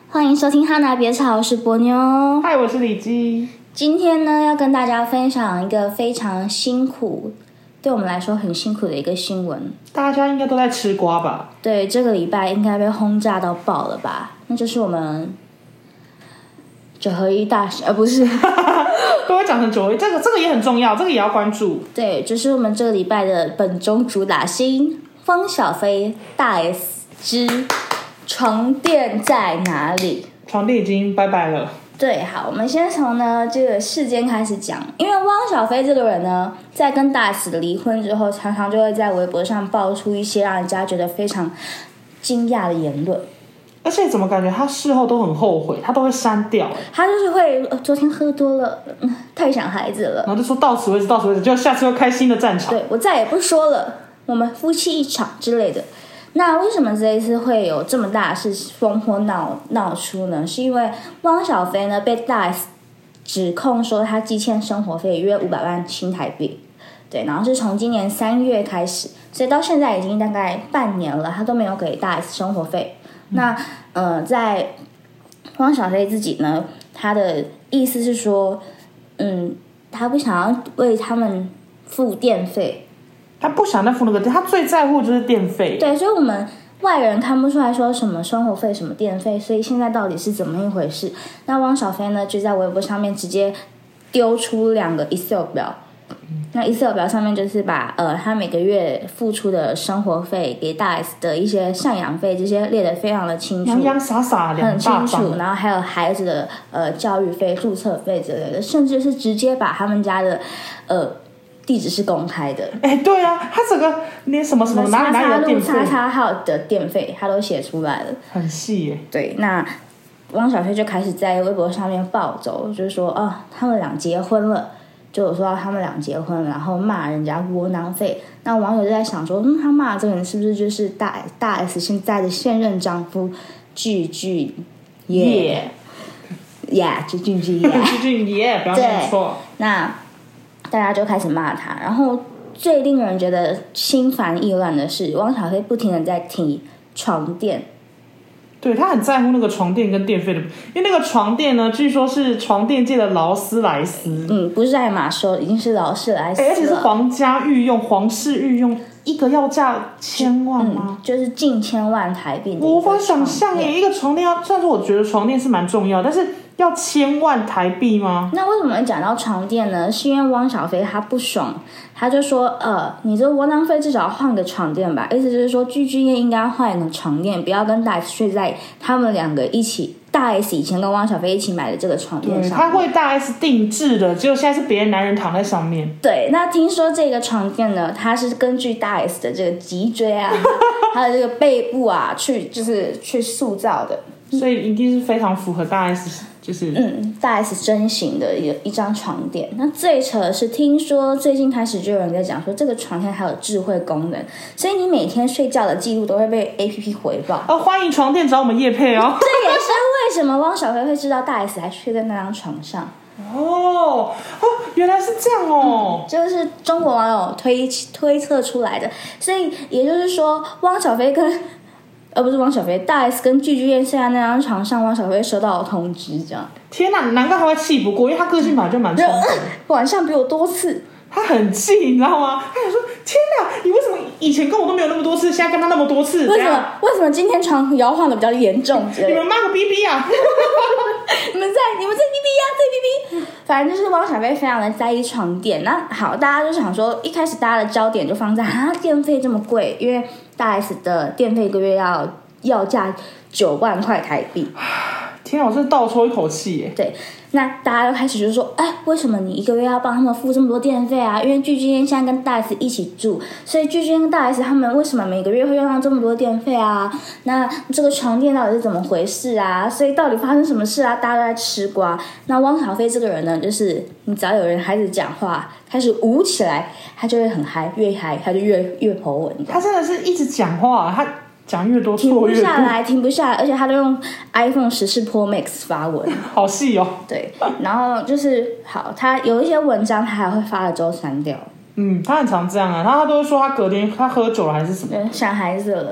欢迎收听哈娜别吵，我是波妞。 嗨，我是李基。 今天呢，要跟大家分享一个非常辛苦，对我们来说很辛苦的一个新闻。 大家应该都在吃瓜吧？ 对，这个礼拜应该被轰炸到爆了吧？那就是我们九合一大选，不是， 都会讲成九合一，这个也很重要，这个也要关注。 对，就是我们这个礼拜的本周主打新汪小菲大 S 之床垫在哪里？ 床垫已经拜拜了。 对，好，我们先从这个事件开始讲。因为汪小菲这个人呢，在跟大 S 离婚之后，常常就会在微博上爆出一些让人家觉得非常惊讶的言论。 而且怎么感觉他事后都很后悔，他都会删掉。 他就是会昨天喝多了，太想孩子了， 然后就说到此为止，到此为止，就下次又开新的战场。 对，我再也不说了，我们夫妻一场之类的。那为什么这一次会有这么大的事风波闹出呢？是因为汪小菲呢被大 S 指控说他积欠生活费约500万新台币，对，然后是从今年3月开始，所以到现在已经大概半年了，他都没有给大 S 生活费。那在汪小菲自己呢，他的意思是说，他不想要为他们付电费。 他不想再付那个电，他最在乎就是电费。 对，所以我们外人看不出来说什么生活费、什么电费，所以现在到底是怎么一回事？那汪小菲呢，就在微博上面直接丢出2个 Excel 表。那 Excel 表上面就是把他每个月付出的生活费给大 S 的一些赡养费这些列得非常的清楚， 洋洋洒洒很清楚，然后还有孩子的教育费、注册费之类的，甚至是直接把他们家的地址是公开的。 对啊，他整个连什么哪里的电费、 叉号的电费，他都写出来了， 很细耶。 对，那汪小菲就开始在微博上面暴走，就是说他们俩结婚了，就有说到他们俩结婚，然后骂人家窝囊废。那网友就在想说，他骂这个人是不是就是大 S 现在的现任丈夫具俊晔？具俊晔， 不要念错。 那大家就开始骂他，然后最令人觉得心烦意乱的是，汪小菲不停的在提床垫。 对，他很在乎那个床垫跟电费的，因为那个床垫呢，据说是床垫界的劳斯莱斯， 不是爱马仕，已经是劳斯莱斯了， 而且是皇家御用、皇室御用，一个要价1000万吗？ 就是近1000万台币的。 我无法想象耶，一个床垫要，虽然说我觉得床垫是蛮重要，但是要1000万台币吗？ 那为什么会讲到床垫呢？是因为汪小菲他不爽，他就说你这窝囊废至少要换个床垫吧，意思就是说具俊晔应该换一个床垫，不要跟大 S 睡在他们2个一起。大 S 以前跟汪小菲一起买的这个床垫上， 他为大 S 定制的，结果现在是别的男人躺在上面。 对，那听说这个床垫呢，它是根据大 S 的这个脊椎啊，还有这个背部啊，去塑造的， 所以一定是非常符合大 S。就是大 S 真型的一张床垫。那最扯的是，听说最近开始就有人在讲说，这个床垫还有智慧功能，所以你每天睡觉的记录都会被 APP 回报。 欢迎床垫找我们业配哦。 这也是为什么汪小菲会知道大 S 还睡在那张床上。 原来是这样哦。 这个是中国网友推测出来的，所以也就是说，汪小菲跟不是汪小菲，大 S 跟具俊晔睡在那张床上，汪小菲收到了通知，这样。 天哪，难怪他会气不过，因为他个性本来就蛮冲动， 晚上比我多次。 他很气，你知道吗？他想说：天哪，你为什么以前跟我都没有那么多次，现在跟他那么多次？ 为什么今天床摇晃的比较严重？ 你们骂个逼逼啊！ 你们在逼逼呀，在逼逼。反正就是汪小菲非常的在意床垫。那好，大家就想说，一开始大家的焦点就放在电费这么贵，因为大 S 的电费一个月要价9万块台币。 天啊，我真的倒抽一口气耶！ 对，那大家就开始就说，为什么你一个月要帮他们付这么多电费啊？因为具俊晔现在跟大 S 一起住，所以具俊晔跟大 S 他们为什么每个月会用到这么多电费啊？那这个床垫到底是怎么回事啊？所以到底发生什么事啊？大家都在吃瓜。那汪小菲这个人呢，就是你只要有人开始讲话，开始舞起来，他就会很嗨，越嗨他就越po文。 他真的是一直讲话，他讲越多停不下来，而且他都用 iPhone 14 Pro Max 发文， 好细哦。 对，然后就是好，他有一些文章他还会发了之后删掉。 他很常这样啊，他都会说他隔天他喝酒了还是什么， 想孩子了这样。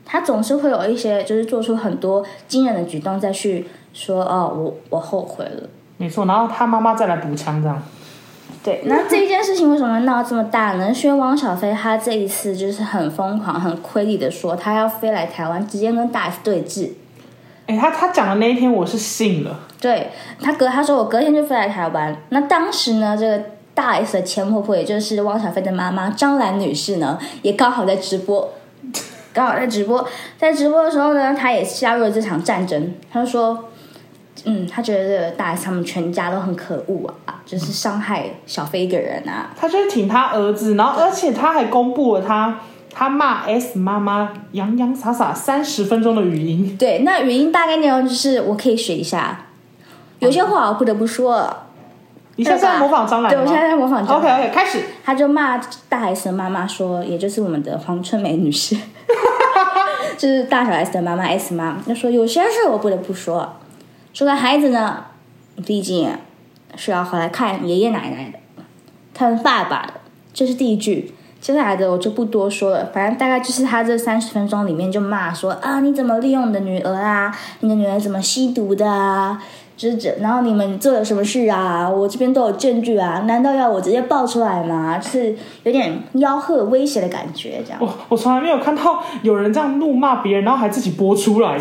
他总是会有一些就是做出很多惊人的举动，再去说我后悔了。 没错，然后他妈妈再来补枪这样。 对，那这一件事情为什么闹这么大呢？是因为汪小菲他这一次就是很疯狂、很亏力的说，他要飞来台湾，直接跟大 S 对峙。 他讲的那一天我是信了。 对，他说我隔天就飞来台湾。那当时呢，这个大 S 的前婆婆，也就是汪小菲的妈妈张兰女士呢，也刚好在直播。在直播的时候呢，她也加入了这场战争。她就说，她觉得这个大 S 他们全家都很可恶啊，就是伤害小菲一个人啊。 她就是挺他儿子，然后而且她还公布了他骂 S 妈妈洋洋洒洒30分钟的语音。 对，那语音大概内容就是我可以学一下，有些话我不得不说。 你现在在模仿张兰吗？ 对，我现在在模仿张兰。 OK， 开始。 他就骂大 S 的妈妈说，也就是我们的黄春梅女士，就是大小 S 的妈妈 S 妈，就说有些事我不得不说，说孩子呢，毕竟是要回来看爷爷奶奶的，看爸爸的，这是第一句。接下来的我就不多说了，反正大概就是他这30分钟里面就骂说啊，你怎么利用你的女儿啊？你的女儿怎么吸毒的啊？然后你们做了什么事啊？我这边都有证据啊！难道要我直接爆出来吗？就是有点吆喝威胁的感觉，这样。 我从来没有看到有人这样怒骂别人，然后还自己播出来。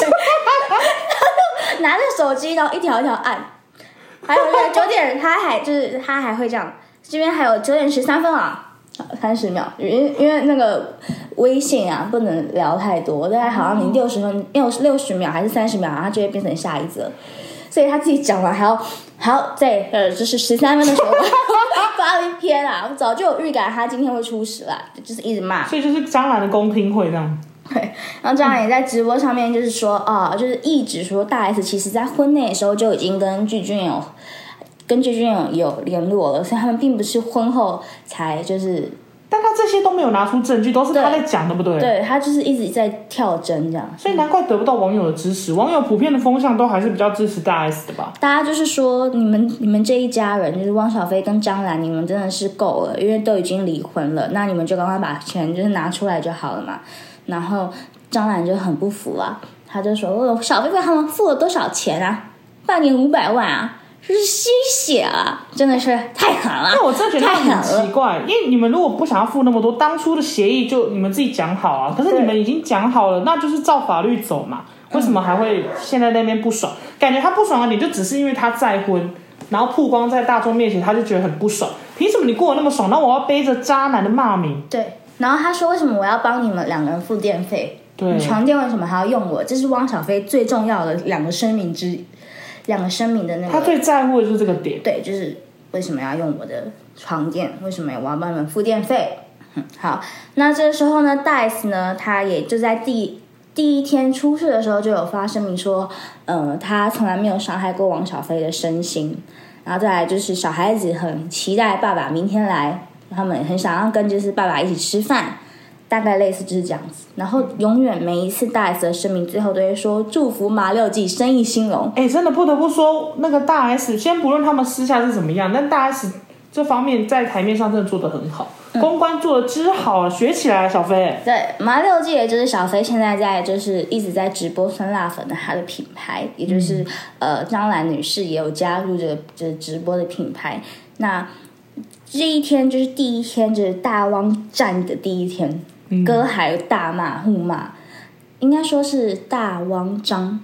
拿着手机，然后一条一条按。还有9点，他还会这样。这边还有9点13分啊，30秒，因为那个微信啊不能聊太多，大概好像你60秒还是30秒，它就会变成下一则。所以他自己讲完还要在就是13分的时候发了一篇啊，我早就有预感他今天会出事啦，就是一直骂。 所以就是张兰的公听会这样。 对，然后张兰也在直播上面就是说就是一直说大 S 其实在婚内的时候就已经跟具俊晔有联络了，所以他们并不是婚后才就是。 但他这些都没有拿出证据，都是他在讲，对不对？ 对，他就是一直在跳针这样， 所以难怪得不到网友的支持。网友普遍的风向都还是比较支持大 S 的吧？ 大家就是说，你们这一家人，就是汪小菲跟张兰，你们真的是够了，因为都已经离婚了，那你们就赶快把钱就是拿出来就好了嘛。然后张兰就很不服啊，他就说小菲为他们付了多少钱啊？半年500万啊！就是吸血啊，真的是太狠了。 那我真的觉得很奇怪，因为你们如果不想要付那么多，当初的协议就你们自己讲好啊。可是你们已经讲好了，那就是照法律走嘛。为什么还会现在那边不爽？感觉他不爽的点就只是因为他再婚，然后曝光在大众面前，他就觉得很不爽。凭什么你过得那么爽，然后我要背着渣男的骂名？ 对。然后他说为什么我要帮你们2个人付电费？ 对， 你床垫为什么还要用我？这是汪小菲最重要的2个声明的那个， 他最在乎的就是这个点。 对，就是为什么要用我的床垫？为什么我要帮你们付电费？好，那这个时候呢，大 S 呢，他也就在第一天出事的时候就有发声明说，他从来没有伤害过汪小菲的身心。然后再来就是小孩子很期待爸爸明天来，他们很想要跟就是爸爸一起吃饭。大概类似就是这样子，然后永远每一次大 S 的声明最后都会说祝福马六记生意兴隆。 真的不得不说，那个大 S 先不论他们私下是怎么样，但大 S 这方面在台面上真的做得很好，公关做得之好，学起来了，小飞。 对，马六记也就是小飞现在在就是一直在直播酸辣粉的他的品牌，也就是张兰女士也有加入这个就是直播的品牌。那这一天就是第一天，就是大汪战的第一天。歌还有大骂互骂，应该说是大汪张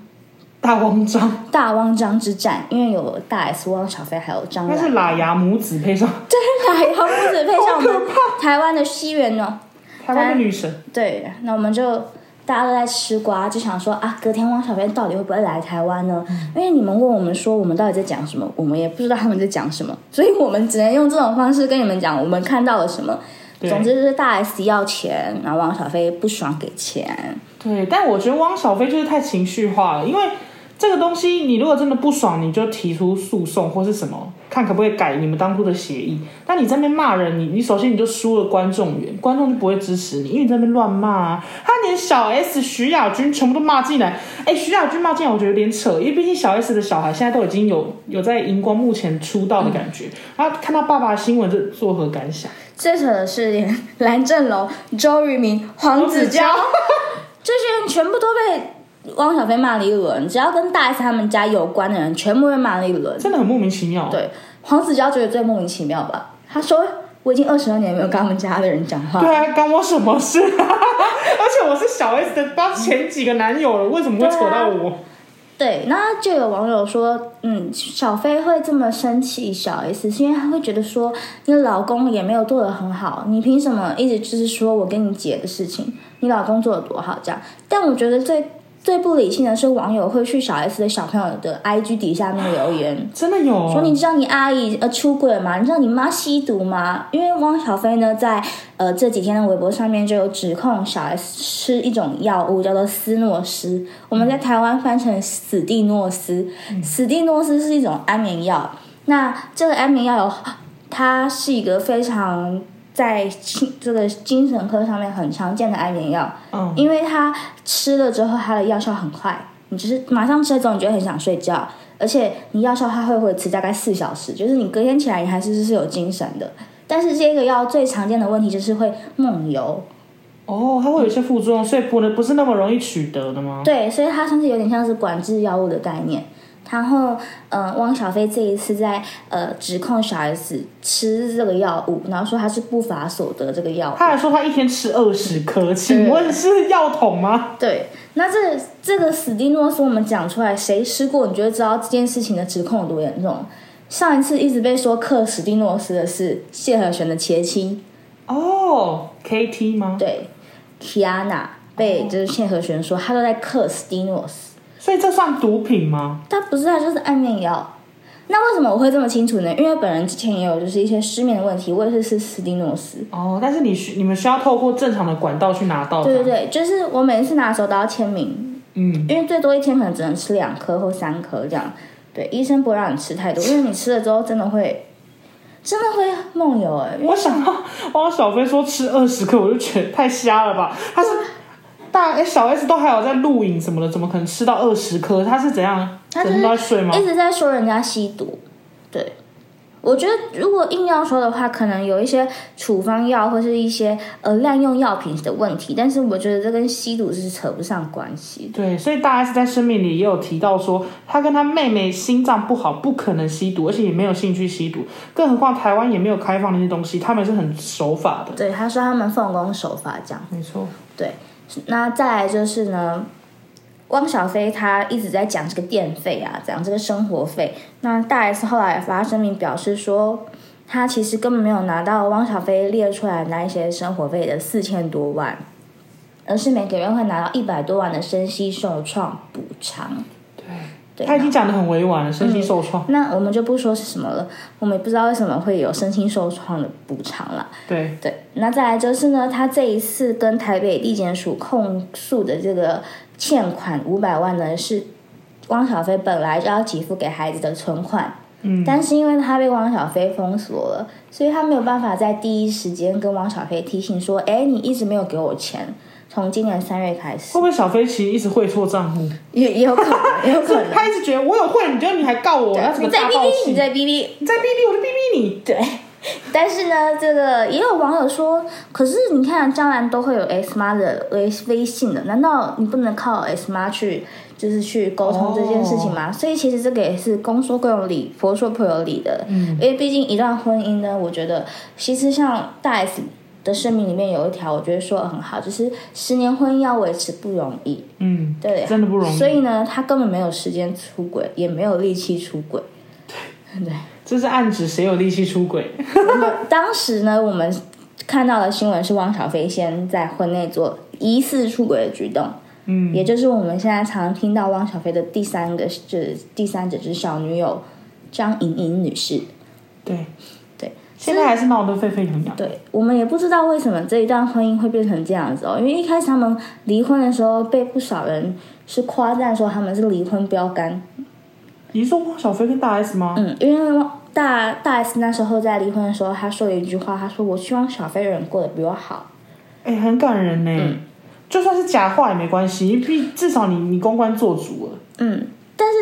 之战，因为有大 S 汪小菲还有张兰， 那是喇牙母子配上， 对，喇牙母子配上我们台湾的西元哦， 台湾的女神。 对，那我们就大家都在吃瓜，就想说隔天汪小菲到底会不会来台湾呢？因为你们问我们说我们到底在讲什么，我们也不知道他们在讲什么，所以我们只能用这种方式跟你们讲我们看到了什么。总之就是大 S 要钱，然后汪小菲不爽给钱。 对，但我觉得汪小菲就是太情绪化了，因为这个东西你如果真的不爽，你就提出诉讼或是什么，看可不可以改你们当初的协议。但你在那边骂人，你首先你就输了观众缘，观众就不会支持你，因为你在那边乱骂啊。他连小 S 徐亚军全部都骂进来，徐亚军骂进来我觉得有点扯，因为毕竟小 S 的小孩现在都已经有在荧光幕前出道的感觉，然后看到爸爸的新闻这作何感想？ 最扯的是连蓝正龙、周渝民、黄子佼这些人全部都被汪小菲骂了一轮，只要跟大 S 他们家有关的人，全部被骂了一轮， 真的很莫名其妙。 对，黄子佼觉得最莫名其妙吧？他说：“我已经22年没有跟他们家的人讲话。” 对啊，关我什么事啊？而且我是小 S 的，不知道前几个男友了，为什么会扯到我？ 对，那就有网友说，小飞会这么生气小 S，是因为他会觉得说，你老公也没有做得很好，你凭什么一直就是说我跟你姐的事情，你老公做得多好这样？但我觉得最不理性的是网友会去小 S 的小朋友的 IG 底下面留言， 真的有说你知道你阿姨出轨吗？你知道你妈吸毒吗？因为汪小菲呢在这几天的微博上面就有指控小 S 吃一种药物叫做斯诺斯，我们在台湾翻成史蒂诺斯。史蒂诺斯是一种安眠药，那这个安眠药它是一个非常在这个精神科上面很常见的安眠药，因为它吃了之后它的药效很快，你就是马上吃了之后你就会很想睡觉，而且你药效它会维持大概4小时，就是你隔天起来你还是有精神的。但是这个药最常见的问题就是会梦游。 哦，它会有一些副作用，所以不是那么容易取得的吗？ 对，所以它甚至有点像是管制药物的概念。然后，汪小菲这一次在指控小 S 吃这个药物，然后说他是不法所得这个药物。 他还说他一天吃20颗，请问是药桶吗？ 对，那这个史蒂诺斯我们讲出来，谁吃过，你就会知道这件事情的指控有多严重。上一次一直被说克史蒂诺斯的是谢和弦的前妻。 哦 ，KT 吗？ 对 ，Kiana 被就是谢和弦说他都在克史蒂诺斯。 所以这算毒品吗？ 它不是，它就是安眠药。那为什么我会这么清楚呢？因为本人之前也有就是一些失眠的问题，我也是吃斯蒂诺斯。 哦，但是你们需要透过正常的管道去拿到。 对对对，就是我每一次拿的时候都要签名，因为最多一天可能只能吃2颗或3颗这样。对，医生不会让你吃太多，因为你吃了之后真的会梦游哎。 我想到汪小菲说吃20颗，我就觉得太瞎了吧？他是小 S 都还有在录影什么的，怎么可能吃到20颗？他是怎样？ 他就是都在睡吗？ 一直在说人家吸毒。对，我觉得如果硬要说的话，可能有一些处方药或是一些滥用药品的问题，但是我觉得这跟吸毒是扯不上关系的。 对，所以大 S 在声明里也有提到说，他跟他妹妹心脏不好，不可能吸毒，而且也没有兴趣吸毒，更何况台湾也没有开放那些东西，他们是很守法的。 对，他说他们奉公守法这样。 没错。 对，那再来就是呢，汪小菲他一直在讲这个电费啊，讲这个生活费。那大 S 后来发声明表示说，他其实根本没有拿到汪小菲列出来的那一些生活费的4000多万，而是每个月会拿到100多万的身心受创补偿。对， 他已经讲得很委婉了，身心受创。 那我们就不说是什么了，我们也不知道为什么会有身心受创的补偿了。 对， 那再来就是呢，他这一次跟台北地检署控诉的这个欠款500万呢，是汪小菲本来就要给付给孩子的存款，但是因为他被汪小菲封锁了，所以他没有办法在第一时间跟汪小菲提醒说，你一直没有给我钱。从今年3月开始， 会不会小飞其实一直汇错账户？ 也有可能，也有可能。 他一直觉得我有汇，你觉得你还告我， 你在逼逼，你在逼逼， 你在逼逼，我就逼逼你。 对，但是呢，这个也有网友说，可是你看，将来都会有 S 妈的微信的，难道你不能靠 S 妈去沟通这件事情吗？所以其实这个也是公说公有理，婆说婆有理的。因为毕竟一段婚姻呢，我觉得其实像大 S的声明里面有一条，我觉得说得很好，就是10年婚姻要维持不容易。对， 真的不容易。 所以呢，他根本没有时间出轨，也没有力气出轨。对， 这是暗指谁有力气出轨？ 当时呢，我们看到的新闻是汪小菲先在婚内做疑似出轨的举动。也就是我们现在常听到汪小菲的第三者，就是小女友张莹莹女士。 对。现在还是闹得沸沸扬扬。 对，我们也不知道为什么这一段婚姻会变成这样子哦。因为一开始他们离婚的时候，被不少人是夸赞说他们是离婚标杆。 你是说汪小菲跟大 S 吗？ 因为大 S 那时候在离婚的时候，他说了一句话，他说：“我希望小菲人过得比我好。” 很感人呢。就算是假话也没关系，至少你公关做足了。 但是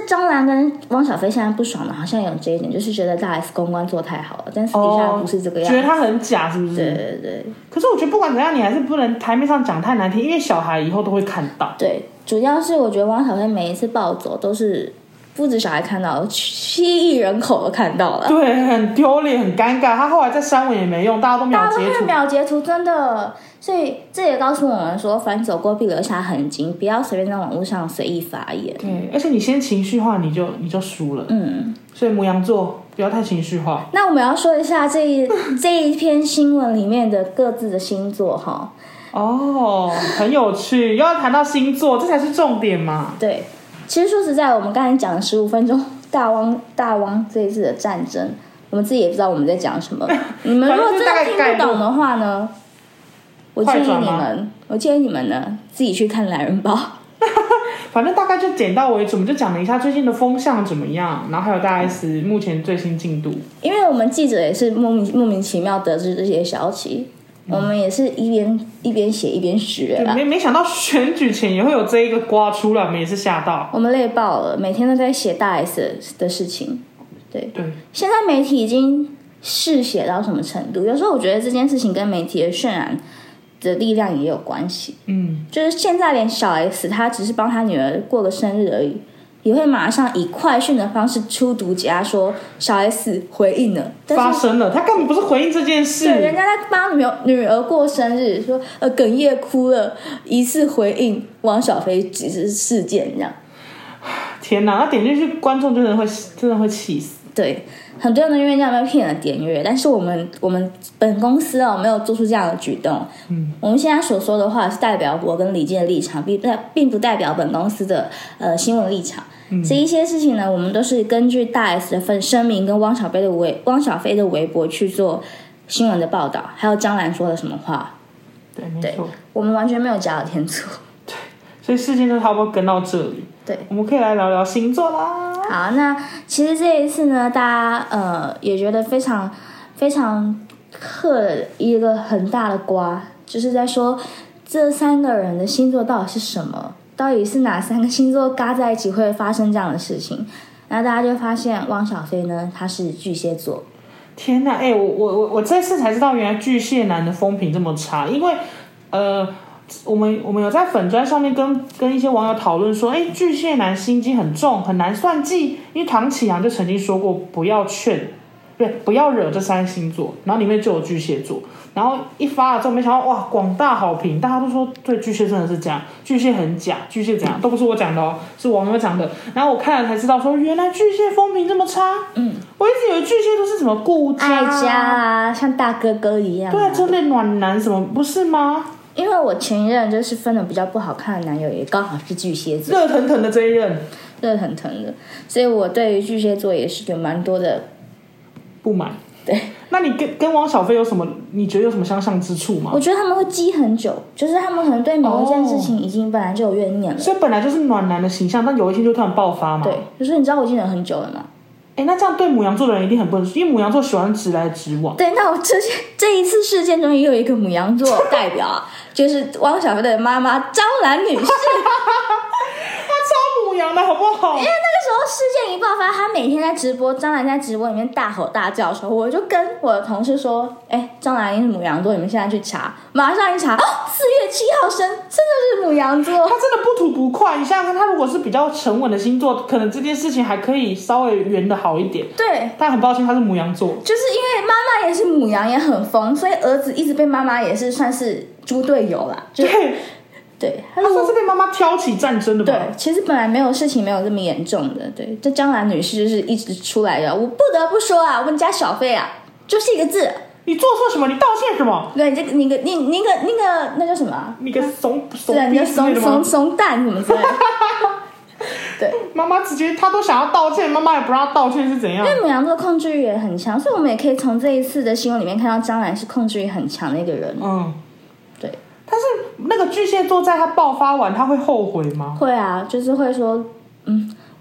张兰跟汪小菲现在不爽的，好像有这一点，就是觉得大 S 公关做太好了，但私底下不是这个样子， 觉得他很假，是不是？ 对对对。 可是我觉得不管怎样，你还是不能台面上讲太难听，因为小孩以后都会看到。 对，主要是我觉得汪小菲每一次暴走都是不止小孩看到，7亿人口都看到了。 对，很丢脸，很尴尬。他后来在删文也没用，大家都秒截图。大家都秒截图，真的。所以这也告诉我们说，凡走过必留下痕迹，不要随便在网络上随意发言。 对，而且你先情绪化，你就输了。所以牡羊座不要太情绪化。 那我们要说一下这一篇新闻里面的各自的星座哈。 哦，很有趣，又要谈到星座，这才是重点嘛。 对，其实说实在，我们刚才讲了15分钟大汪这一次的战争，我们自己也不知道我们在讲什么。你们如果真的听不懂的话呢，我建议你们呢自己去看《懒人包》。 反正大概就点到为止，我们就讲了一下最近的风向怎么样，然后还有大 S 目前最新进度。因为我们记者也是莫名其妙得知这些消息，我们也是一边写一边学啦。 没想到选举前也会有这一个瓜出来，我们也是吓到， 我们累爆了，每天都在写大 S 的事情。对，现在媒体已经嗜血到什么程度？有时候我觉得这件事情跟媒体的渲染的力量也有关系。就是现在连小 S 他只是帮他女儿过个生日而已，也会马上以快讯的方式出独家说小 S 回应了， 发生了，他根本不是回应这件事。 对，人家在帮女儿过生日，说哽咽哭了，疑似回应汪小菲只是事件这样。 天哪，那点进去观众真的会气死。 对，很多人因为这样被骗了点阅，但是我们本公司没有做出这样的举动。我们现在所说的话是代表我跟李健的立场，并不代表本公司的新闻立场。这一些事情呢，我们都是根据大 S 的声明跟汪小菲的微博去做新闻的报道，还有张兰说了什么话。 对，没错， 我们完全没有加了添醋。 对，所以事情就差不多跟到这里。 对， 我们可以来聊聊星座啦。 好，那其实这一次呢，大家也觉得非常非常嗑了一个很大的瓜，就是在说这3个人的星座到底是什么，到底是哪3个星座嘎在一起会发生这样的事情。然后大家就发现汪小菲呢，他是巨蟹座。 天哪，我这次才知道原来巨蟹男的风评这么差，因为我们有在粉专上面跟一些网友讨论说，巨蟹男心机很重，很难算计。因为唐启阳就曾经说过不要惹这3星座，然后里面就有巨蟹座。然后一发了之后，没想到哇，广大好评，大家都说对巨蟹真的是这样，巨蟹很假，巨蟹怎样都不是我讲的哦，是网友讲的。然后我看了才知道说，原来巨蟹风评这么差。我一直以为巨蟹都是什么顾家、 爱家啊，像大哥哥一样。 对啊，这类暖男什么不是吗？ 因为我前一任就是分的比较不好看的男友，也刚好是巨蟹座， 热腾腾的这一任， 热腾腾的，所以我对于巨蟹座也是有蛮多的不满。 对， 那你跟汪小菲有什么？你觉得有什么相像之处吗？ 我觉得他们会积很久，就是他们可能对某一件事情已经本来就有怨念了， 所以本来就是暖男的形象，但有一天就突然爆发嘛。 对，就是你知道我已经忍很久了嘛。 那这样对牡羊座的人一定很不能，因为牡羊座喜欢直来直往。 对，那我这一次事件中也有一个牡羊座代表啊，就是汪小菲的妈妈张兰女士。 她超牡羊的好不好？ 因为那个时候事件一爆发，她每天在直播，张兰在直播里面大吼大叫的时候，我就跟我的同事说：“张兰是牡羊座，你们现在去查。”马上一查，4月7号生，真的是牡羊座。 她真的不吐不快。你想想看，她如果是比较沉稳的星座，可能这件事情还可以稍微圆的好一点。 对， 但很抱歉，她是牡羊座， 就是因为妈妈也是牡羊，也很疯，所以儿子一直被妈妈也是算是猪队友啦。对， 他算是被妈妈挑起战争的吧？ 对，其实本来事情没有这么严重的。对，这张兰女士就是一直出来的。我不得不说啊，我们家小菲啊，就是一个字， 你做错什么？你道歉什么？ 对，你那叫什么？ 你个怂对，你个怂蛋什么之类的。对， 妈妈直接她都想要道歉，妈妈也不让她道歉是怎样？ 因为牡羊座控制欲也很强，所以我们也可以从这一次的新闻里面看到张兰是控制欲很强的一个人。对。 但是那个巨蟹座在他爆发完，他会后悔吗？ 会啊，就是会说，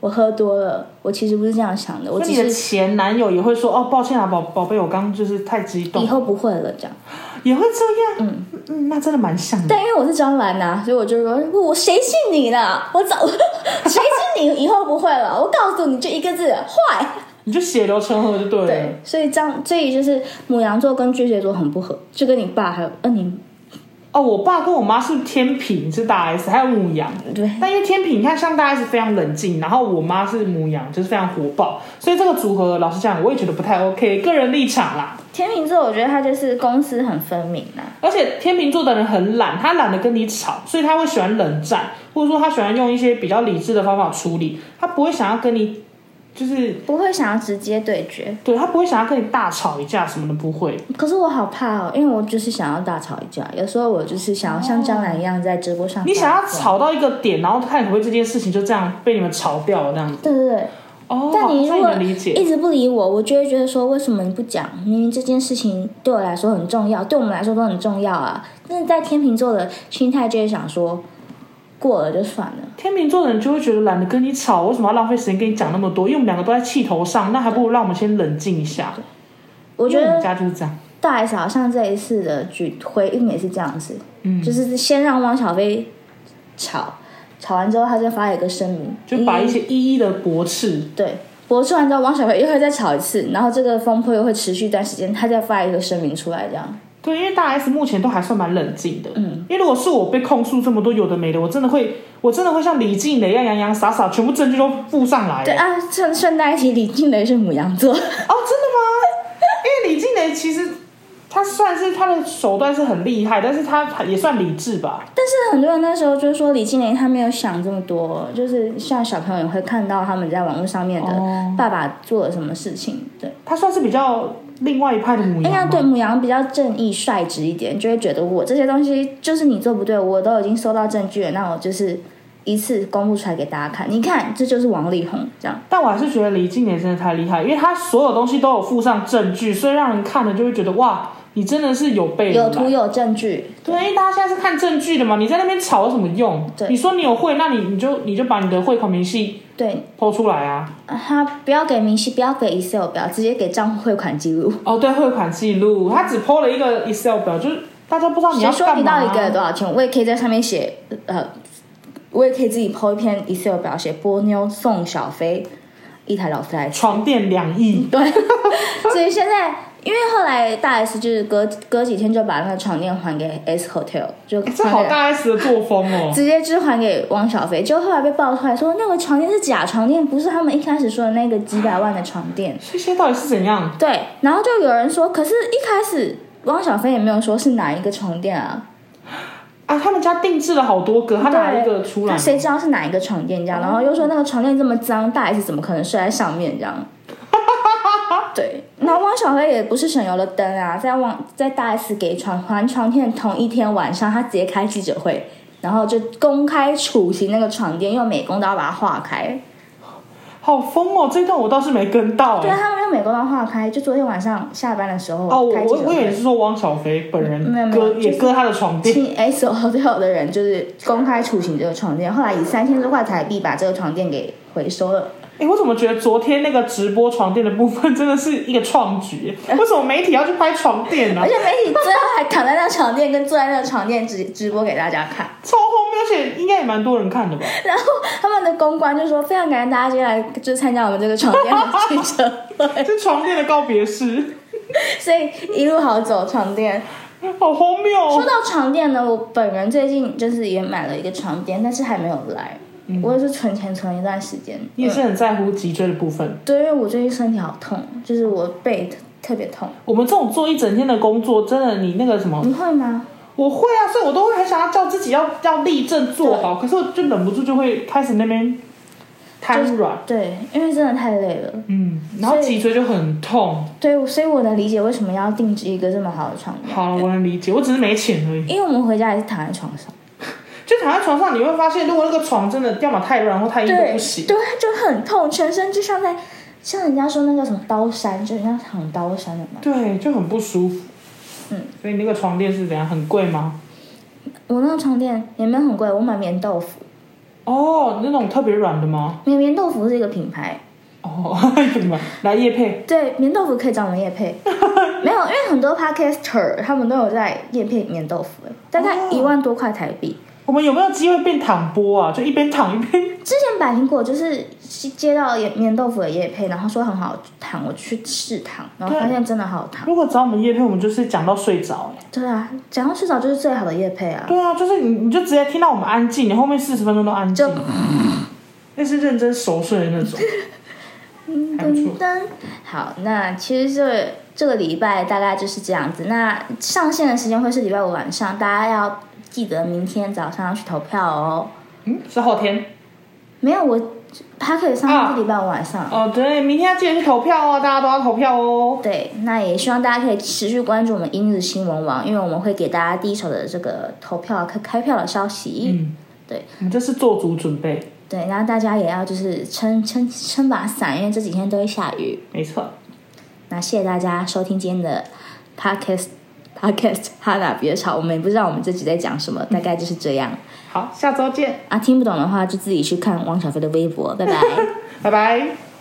我喝多了，我其实不是这样想的，我只你的是前男友也会说哦，抱歉啊，宝贝，我刚刚就是太激动， 以后不会了这样。 也会这样，那真的蛮像的。 但因为我是张兰呐，所以我就说，我谁信你呢？谁信你以后不会了？我告诉你，就一个字，坏。 你就血流成河就对了。 对，所以就是牡羊座跟巨蟹座很不合，就跟你爸还有你。 我爸跟我妈是天平，是大 S， 还有牡羊。 对。 但因为天平，你看像大 S 非常冷静，然后我妈是牡羊，就是非常火爆，所以这个组合老实讲，我也觉得不太 OK， 个人立场啦。 天秤座，我觉得他就是公私很分明啦。 而且天秤座的人很懒，他懒得跟你吵，所以他会喜欢冷战，或者说他喜欢用一些比较理智的方法处理，他不会想要跟你。就是不会想要直接对决， 对，他不会想要跟你大吵一架什么的，不会。 可是我好怕哦，因为我就是想要大吵一架，有时候我就是想要像张兰一样在直播上。 你想要吵到一个点，然后看可不可以这件事情就这样被你们吵掉了，这样子。 对对对。但你如果一直不理我，我就会觉得说，为什么你不讲？明明这件事情对我来说很重要，对我们来说都很重要啊。但是在天秤座的心态就会想说，过了就算了。 天秤座的人就会觉得懒得跟你吵，为什么要浪费时间跟你讲那么多？因为我们两个都在气头上，那还不如让我们先冷静一下。 我觉得我们家就是这样。 大 S 好像这一次的回应也是这样子，就是先让汪小菲吵完之后，他再发一个声明， 就把一些一一的驳斥。 对，驳斥完之后，汪小菲又会再吵一次，然后这个风波又会持续一段时间，他再发一个声明出来，这样。 对，因为大 S 目前都还算蛮冷静的。因为如果是我被控诉这么多有的没的，我真的会像李静蕾一样洋洋洒洒，全部证据都附上来。 对啊，顺带一提，李静蕾是牡羊座。哦，真的吗？因为李静蕾其实她算是她的手段是很厉害，但是她也算理智吧。 但是很多人那时候就说李静蕾她没有想这么多，就是像小朋友也会看到他们在网络上面的爸爸做了什么事情。对， 她算是比较另外一派的牡羊。 对，牡羊比较正义率直一点，就会觉得我这些东西就是你做不对，我都已经收到证据了，那我就是一次公布出来给大家看，你看这就是王力宏这样。 但我还是觉得李静蕾真的太厉害，因为他所有东西都有附上证据，所以让人看了就会觉得哇，你真的是有备有图有证据。 对，因为大家现在是看证据的嘛，你在那边吵有什么用？你说你有汇，那你就把你的汇款明细对抛出来啊。 他不要给明细，不要给 Excel 表，直接给账户汇款记录。 哦，对，汇款记录，他只抛了一个 Excel 表，就是大家不知道你要干嘛。 谁说你到底给了多少钱？我也可以在上面写我也可以自己 po 一篇 Excel 表，写波妞送小飞一台劳斯莱斯， 床垫2亿。 对，所以现在因为后来大 S 就是隔几天就把那个床垫还给 S Hotel， 就这好大 S 的作风哦， 直接就还给汪小菲。就后来被爆出来说那个床垫是假床垫，不是他们一开始说的那个几百万的床垫。 这些到底是怎样？ 对，然后就有人说，可是一开始汪小菲也没有说是哪一个床垫啊。 他们家定制了好多个，他拿一个出来， 谁知道是哪一个床垫这样？然后又说那个床垫这么脏，大 S 怎么可能睡在上面这样？对，然后汪小菲也不是省油的灯啊，在大 S 给还床垫同一天晚上，他直接开记者会，然后就公开处刑那个床垫，用美工刀把它划开。 好疯哦！这段我倒是没跟到。 对啊，他们用美工刀划开，就昨天晚上下班的时候。 我以为是说汪小菲本人割他的床垫。 请 S Hotel 的人就是公开处刑这个床垫，后来以3000多块台币把这个床垫给回收了。 我怎么觉得昨天那个直播床垫的部分真的是一个创举？为什么媒体要去拍床垫呢？ 而且媒体最后还躺在那个床垫跟坐在那个床垫直播给大家看， 超荒谬，而且应该也蛮多人看的吧。 然后他们的公关就说非常感谢大家今天来就参加我们这个床垫的记者会， 是床垫的告别式， 所以一路好走床垫。 好荒谬哦！ 说到床垫呢，我本人最近就是也买了一个床垫，但是还没有来。我也是存钱存一段时间。 你也是很在乎脊椎的部分。 对，因为我最近身体好痛，就是我背特别痛。 我们这种做一整天的工作，真的你那个什么？ 你会吗？ 我会啊，所以我都会很想要叫自己要立正坐好，可是我就忍不住就会开始那边瘫软。 对，因为真的太累了。 然后脊椎就很痛。 对，所以我能理解为什么要定制一个这么好的床垫。 好了，我能理解，我只是没钱而已。 因为我们回家也是躺在床上。 就躺在床上，你会发现，如果那个床真的要么太软或太硬都不行， 对，就很痛，全身就像人家说那个什么刀山，就像躺刀山的嘛。 对，就很不舒服。所以那个床垫是怎样？很贵吗？ 我那个床垫也没有很贵，我买棉豆腐。 哦，那种特别软的吗？ 棉豆腐是一个品牌。 哦，什么来业配？ 对，棉豆腐可以找我们业配。没有，因为很多 podcaster 他们都有在业配棉豆腐，大概1万多块台币。 我们有没有机会变躺播啊？就一边躺一边。 之前百灵果就是接到棉豆腐的业配，然后说很好躺，我去试躺，然后发现真的好躺。 如果找我们业配，我们就是讲到睡着。 对啊，讲到睡着就是最好的业配啊。 对啊，就是你就直接听到我们安静，你后面40分钟都安静，那是认真熟睡的那种。还不错。 好，那其实这个礼拜大概就是这样子。那上线的时间会是礼拜5晚上，大家要记得明天早上要去投票哦。 是后天？ 没有，我它可以上线是礼拜5晚上。 哦，对，明天要记得去投票哦，大家都要投票哦。 对，那也希望大家可以持续关注我们英日新闻网，因为我们会给大家第一手的这个投票开票的消息。对， 我们这是做足准备。 对，然后大家也要就是撑把伞，因为这几天都会下雨。 没错。 那谢谢大家收听今天的 podcast 哈娜别吵，我们也不知道我们这集在讲什么，大概就是这样。 好，下周见。 听不懂的话就自己去看汪小菲的微博，拜拜。 拜拜。